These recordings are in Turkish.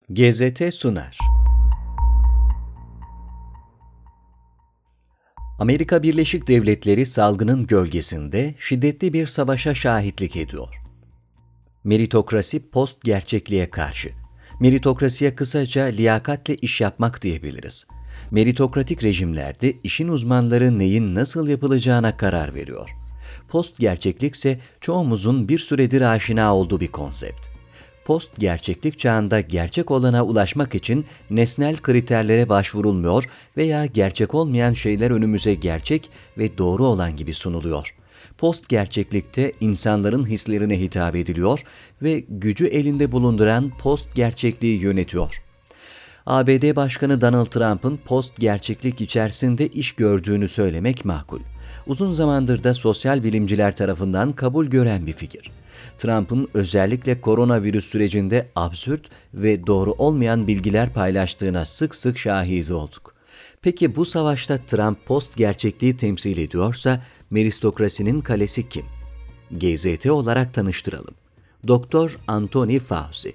GZT sunar. Amerika Birleşik Devletleri salgının gölgesinde şiddetli bir savaşa şahitlik ediyor. Meritokrasi post-gerçekliğe karşı. Meritokrasiye kısaca liyakatle iş yapmak diyebiliriz. Meritokratik rejimlerde işin uzmanları neyin nasıl yapılacağına karar veriyor. Post-gerçeklik ise çoğumuzun bir süredir aşina olduğu bir konsept. Post-gerçeklik çağında gerçek olana ulaşmak için nesnel kriterlere başvurulmuyor veya gerçek olmayan şeyler önümüze gerçek ve doğru olan gibi sunuluyor. Post-gerçeklikte insanların hislerine hitap ediliyor ve gücü elinde bulunduran post-gerçekliği yönetiyor. ABD Başkanı Donald Trump'ın post-gerçeklik içerisinde iş gördüğünü söylemek makul. Uzun zamandır da sosyal bilimciler tarafından kabul gören bir fikir. Trump'ın özellikle koronavirüs sürecinde absürt ve doğru olmayan bilgiler paylaştığına sık sık şahit olduk. Peki bu savaşta Trump post-gerçekliği temsil ediyorsa meritokrasinin kalesi kim? GZT olarak tanıştıralım. Dr. Anthony Fauci.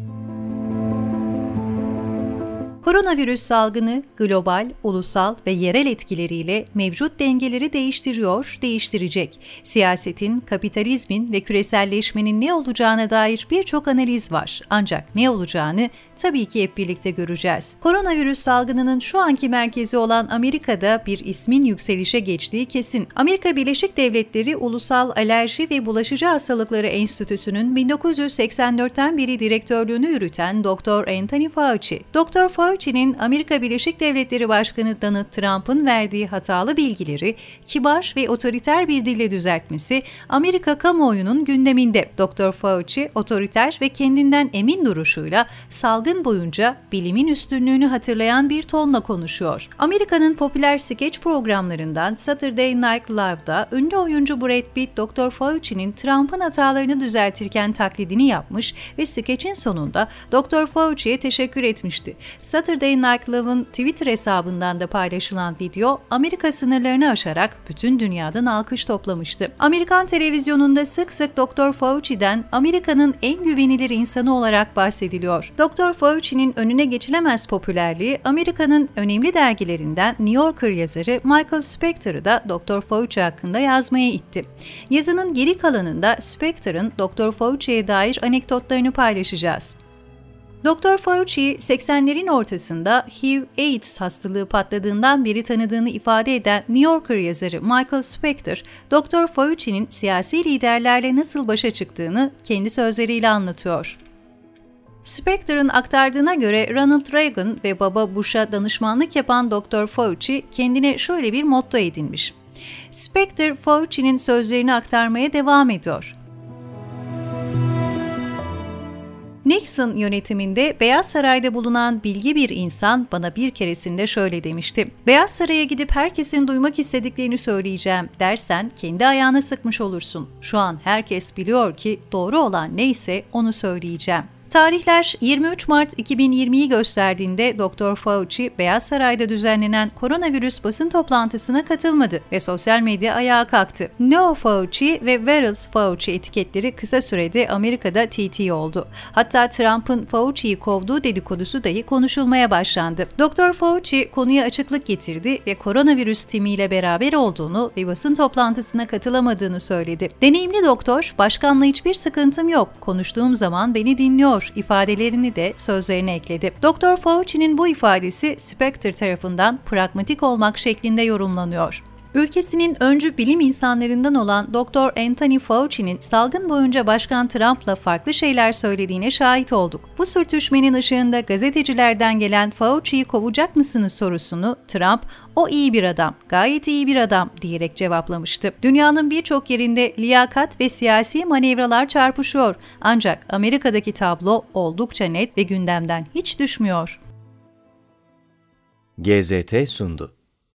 Koronavirüs salgını global, ulusal ve yerel etkileriyle mevcut dengeleri değiştiriyor, değiştirecek. Siyasetin, kapitalizmin ve küreselleşmenin ne olacağına dair birçok analiz var. Ancak ne olacağını tabii ki hep birlikte göreceğiz. Koronavirüs salgınının şu anki merkezi olan Amerika'da bir ismin yükselişe geçtiği kesin. Amerika Birleşik Devletleri Ulusal Alerji ve Bulaşıcı Hastalıkları Enstitüsü'nün 1984'ten beri direktörlüğünü yürüten Dr. Anthony Fauci. Dr. Fauci'nin Amerika Birleşik Devletleri Başkanı Donald Trump'ın verdiği hatalı bilgileri kibar ve otoriter bir dille düzeltmesi Amerika kamuoyunun gündeminde. Dr. Fauci, otoriter ve kendinden emin duruşuyla salgın boyunca bilimin üstünlüğünü hatırlayan bir tonla konuşuyor. Amerika'nın popüler skeç programlarından Saturday Night Live'da ünlü oyuncu Brad Pitt, Dr. Fauci'nin Trump'ın hatalarını düzeltirken taklidini yapmış ve skeçin sonunda Dr. Fauci'ye teşekkür etmişti. Saturday Night Live'ın Twitter hesabından da paylaşılan video, Amerika sınırlarını aşarak bütün dünyadan alkış toplamıştı. Amerikan televizyonunda sık sık Dr. Fauci'den Amerika'nın en güvenilir insanı olarak bahsediliyor. Dr. Fauci'nin önüne geçilemez popülerliği, Amerika'nın önemli dergilerinden New Yorker yazarı Michael Spector'ı da Dr. Fauci hakkında yazmaya itti. Yazının geri kalanında Spector'ın Dr. Fauci'ye dair anekdotlarını paylaşacağız. Dr. Fauci'yi 80'lerin ortasında HIV/AIDS hastalığı patladığından beri tanıdığını ifade eden New Yorker yazarı Michael Spector, Dr. Fauci'nin siyasi liderlerle nasıl başa çıktığını kendi sözleriyle anlatıyor. Spector'ın aktardığına göre Ronald Reagan ve Baba Bush'a danışmanlık yapan Dr. Fauci kendine şöyle bir motto edinmiş. Spector, Fauci'nin sözlerini aktarmaya devam ediyor. Nixon yönetiminde Beyaz Saray'da bulunan bilgi bir insan bana bir keresinde şöyle demişti. Beyaz Saray'a gidip herkesin duymak istediklerini söyleyeceğim dersen kendi ayağına sıkmış olursun. Şu an herkes biliyor ki doğru olan neyse onu söyleyeceğim. Tarihler 23 Mart 2020'yi gösterdiğinde Dr. Fauci, Beyaz Saray'da düzenlenen koronavirüs basın toplantısına katılmadı ve sosyal medya ayağa kalktı. No Fauci ve Where's Fauci etiketleri kısa sürede Amerika'da TT oldu. Hatta Trump'ın Fauci'yi kovduğu dedikodusu dahi konuşulmaya başlandı. Dr. Fauci konuya açıklık getirdi ve koronavirüs timiyle beraber olduğunu ve basın toplantısına katılamadığını söyledi. Deneyimli doktor, başkanla hiçbir sıkıntım yok, konuştuğum zaman beni dinliyor ifadelerini de sözlerine ekledi. Dr. Fauci'nin bu ifadesi Spector tarafından pragmatik olmak şeklinde yorumlanıyor. Ülkesinin öncü bilim insanlarından olan Dr. Anthony Fauci'nin salgın boyunca Başkan Trump'la farklı şeyler söylediğine şahit olduk. Bu sürtüşmenin ışığında gazetecilerden gelen Fauci'yi kovacak mısınız sorusunu Trump, o iyi bir adam, gayet iyi bir adam diyerek cevaplamıştı. Dünyanın birçok yerinde liyakat ve siyasi manevralar çarpışıyor. Ancak Amerika'daki tablo oldukça net ve gündemden hiç düşmüyor. GZT sundu.